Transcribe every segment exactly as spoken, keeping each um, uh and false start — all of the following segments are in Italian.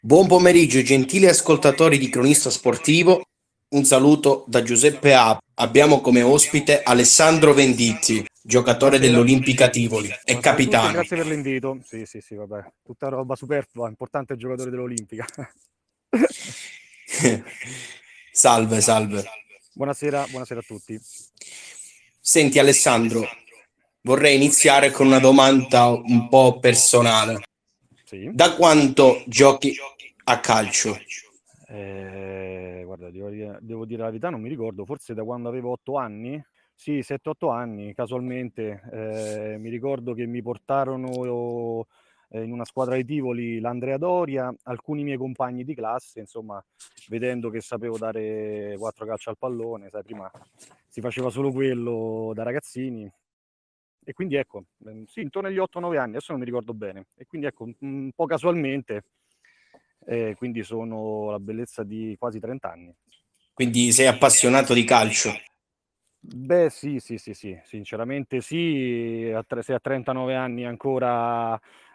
Buon pomeriggio, gentili ascoltatori di Cronista Sportivo. Un saluto da Giuseppe A. Abbiamo come ospite Alessandro Venditti, giocatore Buonasera, dell'Olimpica Tivoli e buonasera a tutti e capitano. grazie per l'invito. Sì, sì, sì, vabbè, tutta roba superflua, importante giocatore dell'Olimpica. Salve, salve. Buonasera, buonasera a tutti. Senti Alessandro, vorrei iniziare con una domanda un po' personale. Sì. Da quanto giochi a calcio? Eh, guarda, devo dire, devo dire la verità, non mi ricordo, forse da quando avevo otto anni? Sì, sette otto anni, casualmente. Eh, mi ricordo che mi portarono eh, in una squadra di Tivoli l'Andrea Doria, alcuni miei compagni di classe, insomma, vedendo che sapevo dare quattro calci al pallone, sai, prima si faceva solo quello da ragazzini. E quindi ecco, ehm, sì, intorno agli otto nove anni, adesso non mi ricordo bene. E quindi ecco, un un po' casualmente, eh, quindi sono la bellezza di quasi trenta anni. Quindi sei appassionato di calcio? Beh, sì, sì, sì, sì, sinceramente sì, a tre- se a trentanove anni ancora,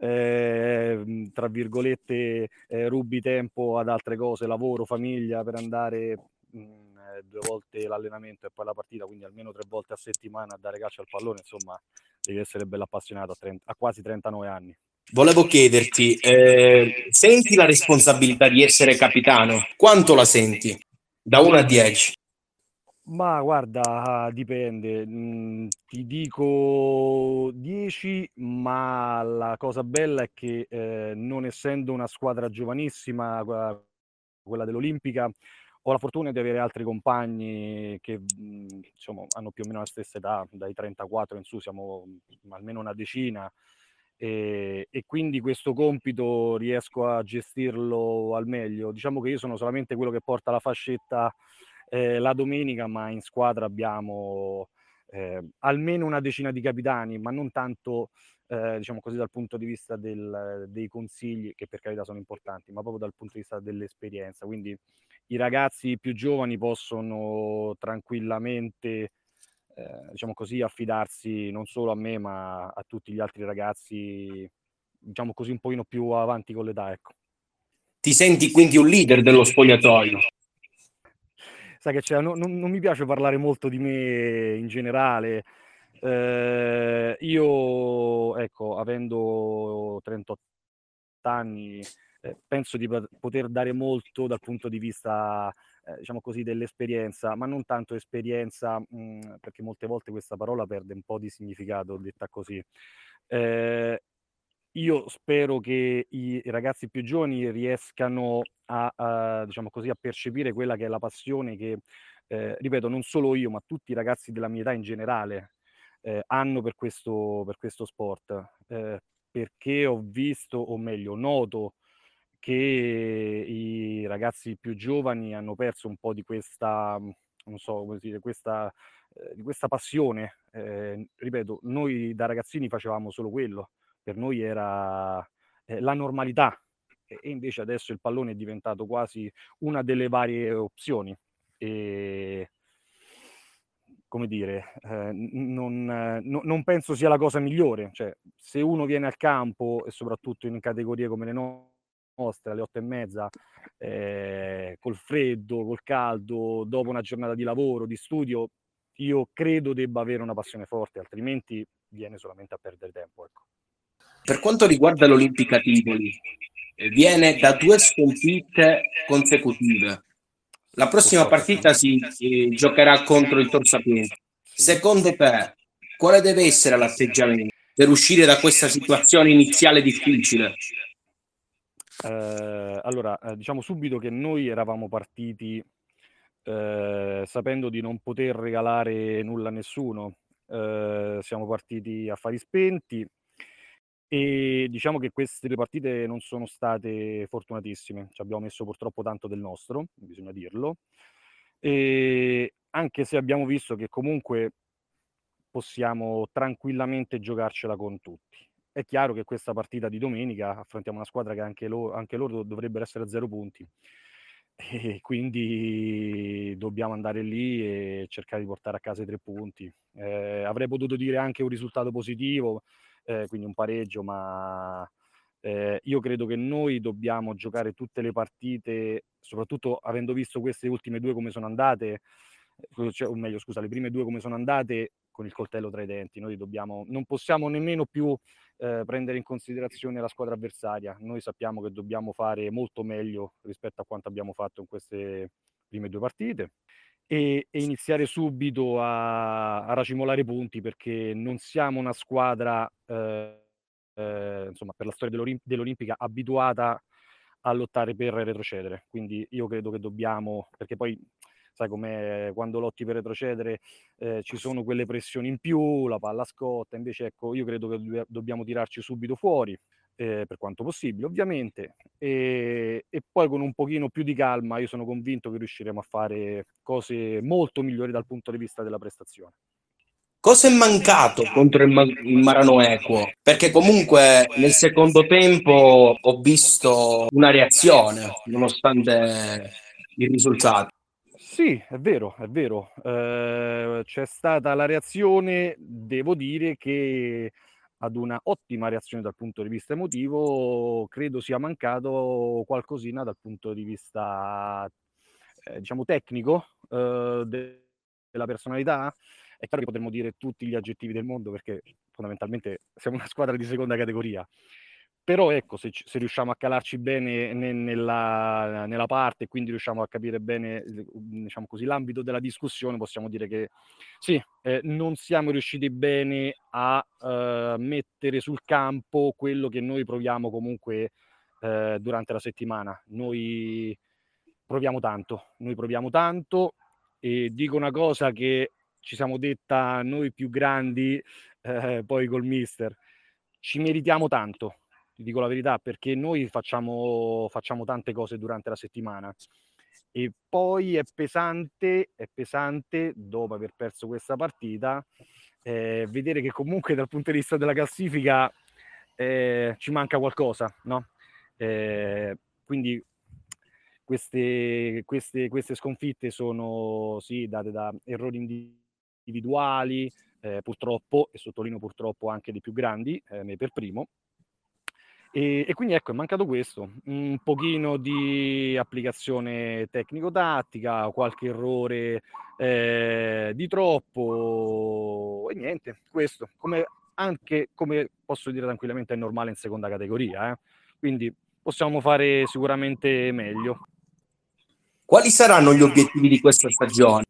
eh, tra virgolette, eh, rubi tempo ad altre cose, lavoro, famiglia, per andare mh, eh, due volte l'allenamento e poi la partita, quindi almeno tre volte a settimana a dare calcio al pallone, insomma, devi essere bello appassionato a, trenta a quasi trentanove anni. Volevo chiederti, eh, senti la responsabilità di essere capitano? Quanto la senti? Da uno a dieci. Ma guarda, dipende. Mhmm, ti dico dieci, ma la cosa bella è che, ehm, non essendo una squadra giovanissima, qua quella dell'Olimpica, ho la fortuna di avere altri compagni che, mhmm, insomma hanno più o meno la stessa età, dai trentaquattro in su, siamo, mhmm, almeno una decina, ehm, e quindi questo compito riesco a gestirlo al meglio. Diciamo che io sono solamente quello che porta la fascetta eh, la domenica, ma in squadra abbiamo eh, almeno una decina di capitani, ma non tanto, eh, diciamo così, dal punto di vista del- dei consigli, che per carità sono importanti, ma proprio dal punto di vista dell'esperienza. Quindi i ragazzi più giovani possono tranquillamente, eh, diciamo così, affidarsi non solo a me, ma a tutti gli altri ragazzi, diciamo così, un pochino più avanti con l'età, ecco. Ti senti quindi un leader dello spogliatoio? Sai che c'è, no- non, non mi piace parlare molto di me in generale. Eh, io, ecco, avendo trentotto anni, eh, penso di pot- poter dare molto dal punto di vista, eh, diciamo così, dell'esperienza, ma non tanto esperienza, mh, perché molte volte questa parola perde un po' di significato detta così. Eh, io spero che i ragazzi più giovani riescano a, a, diciamo così, a percepire quella che è la passione che, eh, ripeto, non solo io, ma tutti i ragazzi della mia età in generale eh, hanno per questo, per questo sport. Eh, perché ho visto, o meglio, noto che i ragazzi più giovani hanno perso un po' di questa, non so come dire, questa, eh, di questa passione. Eh, ripeto, noi da ragazzini facevamo solo quello, per noi era eh, la normalità, e, e invece adesso il pallone è diventato quasi una delle varie opzioni. E, come dire, eh, non, eh, no- non penso sia la cosa migliore. Cioè, se uno viene al campo, e soprattutto in categorie come le no- nostre, alle otto e mezza, eh, col freddo, col caldo, dopo una giornata di lavoro, di studio, io credo debba avere una passione forte, altrimenti viene solamente a perdere tempo. Ecco. Per quanto riguarda l'Olimpica Tivoli, eh, viene da due sconfitte consecutive. La prossima Purtroppo sì. partita si eh, giocherà contro il Tor Sapienza. Sì. Secondo te, quale deve essere l'atteggiamento per uscire da questa situazione iniziale difficile? Eh, allora, eh, diciamo subito che noi eravamo partiti eh, sapendo di non poter regalare nulla a nessuno. Eh, siamo partiti a fari spenti e diciamo che queste due partite non sono state fortunatissime. Ci abbiamo messo purtroppo tanto del nostro, bisogna dirlo. E anche se abbiamo visto che comunque possiamo tranquillamente giocarcela con tutti. È chiaro che questa partita di domenica affrontiamo una squadra che anche, lo- anche loro dovrebbero essere a zero punti e quindi dobbiamo andare lì e cercare di portare a casa i tre punti. Eh, avrei potuto dire anche un risultato positivo, eh, quindi un pareggio, ma Eh, io credo che noi dobbiamo giocare tutte le partite, soprattutto avendo visto queste ultime due come sono andate, eh, cioè, o meglio, scusa, le prime due come sono andate con il coltello tra i denti. Noi dobbiamo, non possiamo nemmeno più eh, prendere in considerazione la squadra avversaria. Noi sappiamo che dobbiamo fare molto meglio rispetto a quanto abbiamo fatto in queste prime due partite e, e iniziare subito a, a racimolare punti, perché non siamo una squadra, eh, eh, insomma, per la storia dell'Olim- dell'Olimpica abituata a lottare per retrocedere. Quindi io credo che dobbiamo, perché poi sai com'è, quando lotti per retrocedere eh, ci sono quelle pressioni in più, la palla scotta, invece ecco, io credo che do- dobbiamo tirarci subito fuori, eh, per quanto possibile ovviamente, e, e poi con un pochino più di calma io sono convinto che riusciremo a fare cose molto migliori dal punto di vista della prestazione. Cosa è mancato contro il, Ma- il Marano Equo? Perché comunque nel secondo tempo ho visto una reazione, nonostante il risultato. Sì, è vero, è vero. Eh, c'è stata la reazione, devo dire che ad una ottima reazione dal punto di vista emotivo, credo sia mancato qualcosina dal punto di vista, eh, diciamo, tecnico, eh, de- della personalità. È chiaro che potremmo dire tutti gli aggettivi del mondo perché fondamentalmente siamo una squadra di seconda categoria. Però ecco, se, ci- se riusciamo a calarci bene ne- nella, nella parte e quindi riusciamo a capire bene, eh, diciamo così, l'ambito della discussione, possiamo dire che sì, eh, non siamo riusciti bene a eh, mettere sul campo quello che noi proviamo comunque eh, durante la settimana. Noi proviamo tanto, noi proviamo tanto e dico una cosa che ci siamo detta noi più grandi, eh, poi col mister, ci meritiamo tanto, ti dico la verità, perché noi facciamo, facciamo tante cose durante la settimana e poi è pesante, è pesante dopo aver perso questa partita, eh, vedere che comunque dal punto di vista della classifica eh, ci manca qualcosa, no? Eh, quindi queste, queste, queste sconfitte sono sì, date da errori individuali, eh, purtroppo, e sottolineo purtroppo anche dei più grandi, eh, me per primo. E, e quindi ecco, è mancato questo, un pochino di applicazione tecnico-tattica, qualche errore eh, di troppo e niente, questo, come, anche come posso dire tranquillamente è normale in seconda categoria, eh? Quindi possiamo fare sicuramente meglio. Quali saranno gli obiettivi di questa stagione?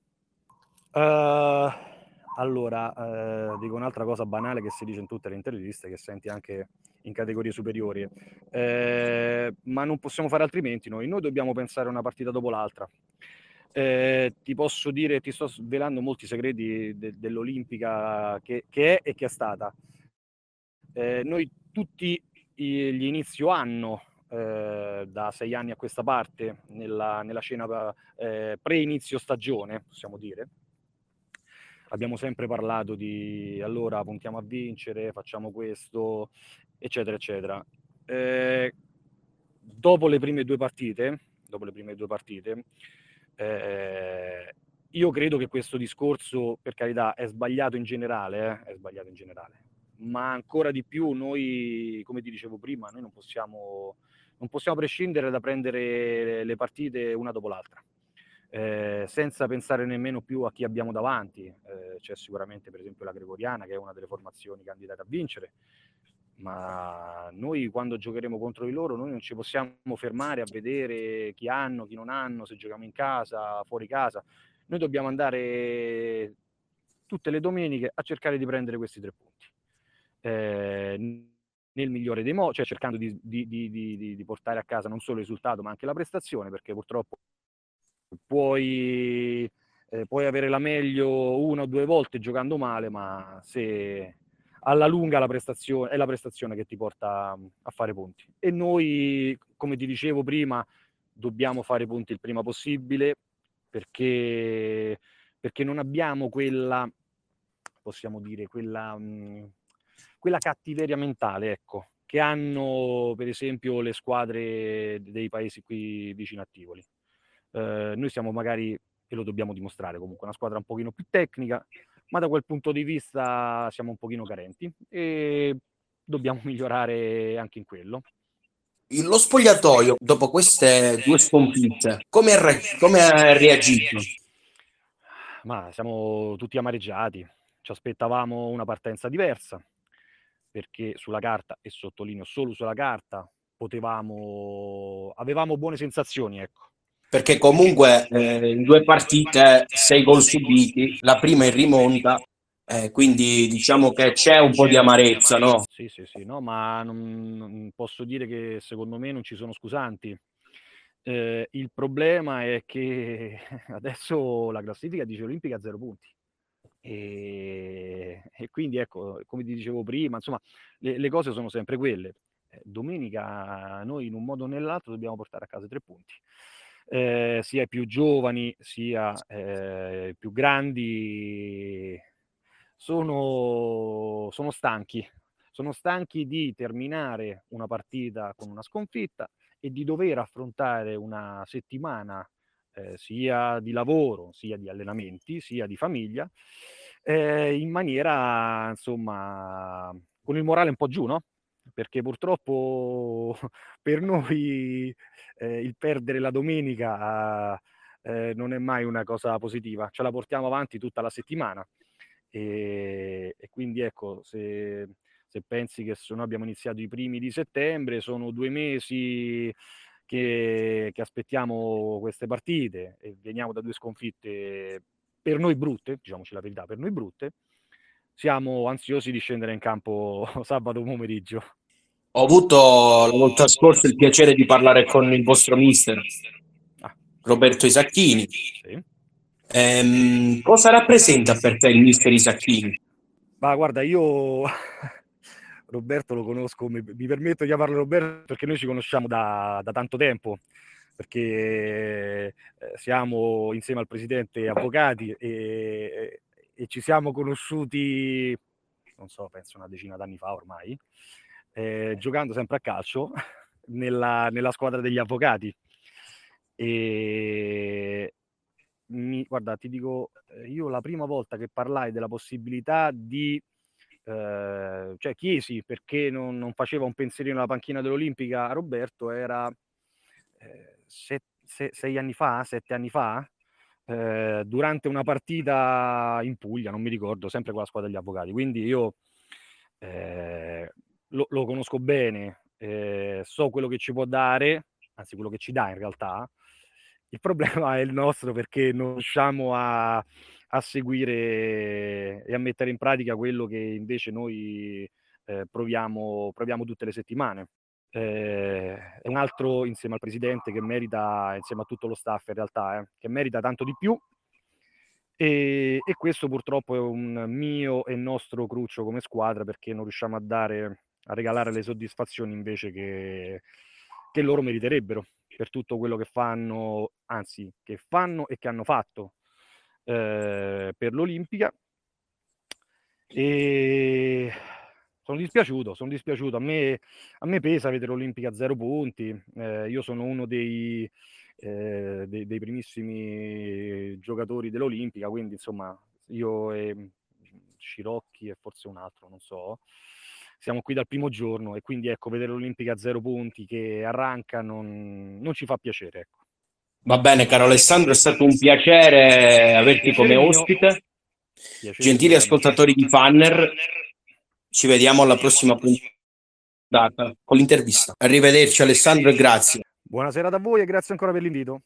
Uh, allora, uh, dico un'altra cosa banale che si dice in tutte le interviste, che senti anche in categorie superiori, eh, ma non possiamo fare altrimenti noi, noi dobbiamo pensare una partita dopo l'altra. Eh, ti posso dire, ti sto svelando molti segreti de- dell'Olimpica che, che è e che è stata. Eh, noi tutti gli inizio anno, eh, da sei anni a questa parte, nella, nella scena eh, pre-inizio stagione, possiamo dire, abbiamo sempre parlato di allora puntiamo a vincere, facciamo questo, eccetera, eccetera. Eh, dopo le prime due partite, dopo le prime due partite, eh, io credo che questo discorso, per carità, è sbagliato in generale, eh, è sbagliato in generale, ma ancora di più noi, come ti dicevo prima, noi non possiamo, non possiamo prescindere da prendere le partite una dopo l'altra. Eh, senza pensare nemmeno più a chi abbiamo davanti. Eh, c'è sicuramente per esempio la Gregoriana, che è una delle formazioni candidate a vincere, ma noi quando giocheremo contro di loro noi non ci possiamo fermare a vedere chi hanno, chi non hanno, se giochiamo in casa, fuori casa. Noi dobbiamo andare tutte le domeniche a cercare di prendere questi tre punti. Eh, nel migliore dei modi, cioè cercando di, di, di, di, di portare a casa non solo il risultato ma anche la prestazione, perché purtroppo puoi, eh, puoi avere la meglio una o due volte giocando male, ma se alla lunga la prestazione è la prestazione che ti porta a fare punti. E noi, come ti dicevo prima, dobbiamo fare punti il prima possibile perché, perché non abbiamo quella, possiamo dire, quella, mh, quella cattiveria mentale, ecco, che hanno per esempio le squadre dei paesi qui vicino a Tivoli. Eh, noi siamo magari, e lo dobbiamo dimostrare comunque, una squadra un pochino più tecnica, ma da quel punto di vista siamo un pochino carenti e dobbiamo migliorare anche in quello. lo spogliatoio, dopo queste due sconfitte, come ha, re- come ha reagito? Ma siamo tutti amareggiati, ci aspettavamo una partenza diversa, perché sulla carta, e sottolineo solo sulla carta, potevamo, avevamo buone sensazioni, ecco. Perché comunque eh, in due partite, sei gol subiti, la prima in rimonta, eh, quindi diciamo che c'è un po' di amarezza, no? Sì, sì, sì, no, ma non, non posso dire che secondo me non ci sono scusanti. Eh, il problema è che adesso la classifica dice Olimpica a zero punti. E, e quindi ecco, come ti dicevo prima, insomma, le, le cose sono sempre quelle. Eh, domenica noi in un modo o nell'altro dobbiamo portare a casa tre punti. Eh, sia i più giovani sia eh, i più grandi sono, sono stanchi, sono stanchi di terminare una partita con una sconfitta e di dover affrontare una settimana eh, sia di lavoro, sia di allenamenti, sia di famiglia, eh, in maniera, insomma, con il morale un po' giù, no? Perché purtroppo per noi eh, il perdere la domenica eh, non è mai una cosa positiva, ce la portiamo avanti tutta la settimana. E, e quindi ecco, se, se pensi che se noi abbiamo iniziato i primi di settembre, sono due mesi che, che aspettiamo queste partite e veniamo da due sconfitte per noi brutte, diciamoci la verità, per noi brutte, siamo ansiosi di scendere in campo sabato pomeriggio. Ho avuto la volta scorsa il piacere di parlare con il vostro mister, Ah, Roberto Isacchini. sì. Ehm, cosa rappresenta per te il mister Isacchini? Ma guarda, io Roberto lo conosco, mi, mi permetto di chiamarlo Roberto perché noi ci conosciamo da, da tanto tempo, perché eh, siamo insieme al presidente avvocati e, e ci siamo conosciuti, non so, penso una decina d'anni fa ormai, eh, giocando sempre a calcio nella, nella squadra degli avvocati. E mi, guarda, ti dico, io la prima volta che parlai della possibilità di eh, cioè chiesi perché non, non faceva un pensierino alla panchina dell'Olimpica a Roberto, era eh, se, se, sei anni fa, sette anni fa, eh, durante una partita in Puglia, non mi ricordo, sempre con la squadra degli avvocati. Quindi io eh, lo, lo conosco bene, eh, so quello che ci può dare, anzi quello che ci dà in realtà. Il problema è il nostro perché non riusciamo a, a seguire e a mettere in pratica quello che invece noi eh, proviamo, proviamo tutte le settimane. Eh, è un altro insieme al presidente che merita, insieme a tutto lo staff in realtà, eh, che merita tanto di più. E, e questo purtroppo è un mio e nostro cruccio come squadra perché non riusciamo a dare, a regalare le soddisfazioni invece che, che loro meriterebbero per tutto quello che fanno, anzi, che fanno e che hanno fatto eh, per l'Olimpica. E sono dispiaciuto, sono dispiaciuto. A me, a me pesa vedere l'Olimpica a zero punti. Eh, io sono uno dei, eh, dei, dei primissimi giocatori dell'Olimpica, quindi insomma io e Scirocchi e forse un altro, non so, siamo qui dal primo giorno e quindi ecco, vedere l'Olimpica a zero punti che arranca non, non ci fa piacere. Ecco. Va bene, caro Alessandro, è stato un piacere averti come Piacere mio, ospite. piacere Gentili assolutamente mio. ascoltatori di Fanner, ci vediamo alla prossima puntata con l'intervista. Arrivederci Alessandro e grazie. Buonasera a voi e grazie ancora per l'invito.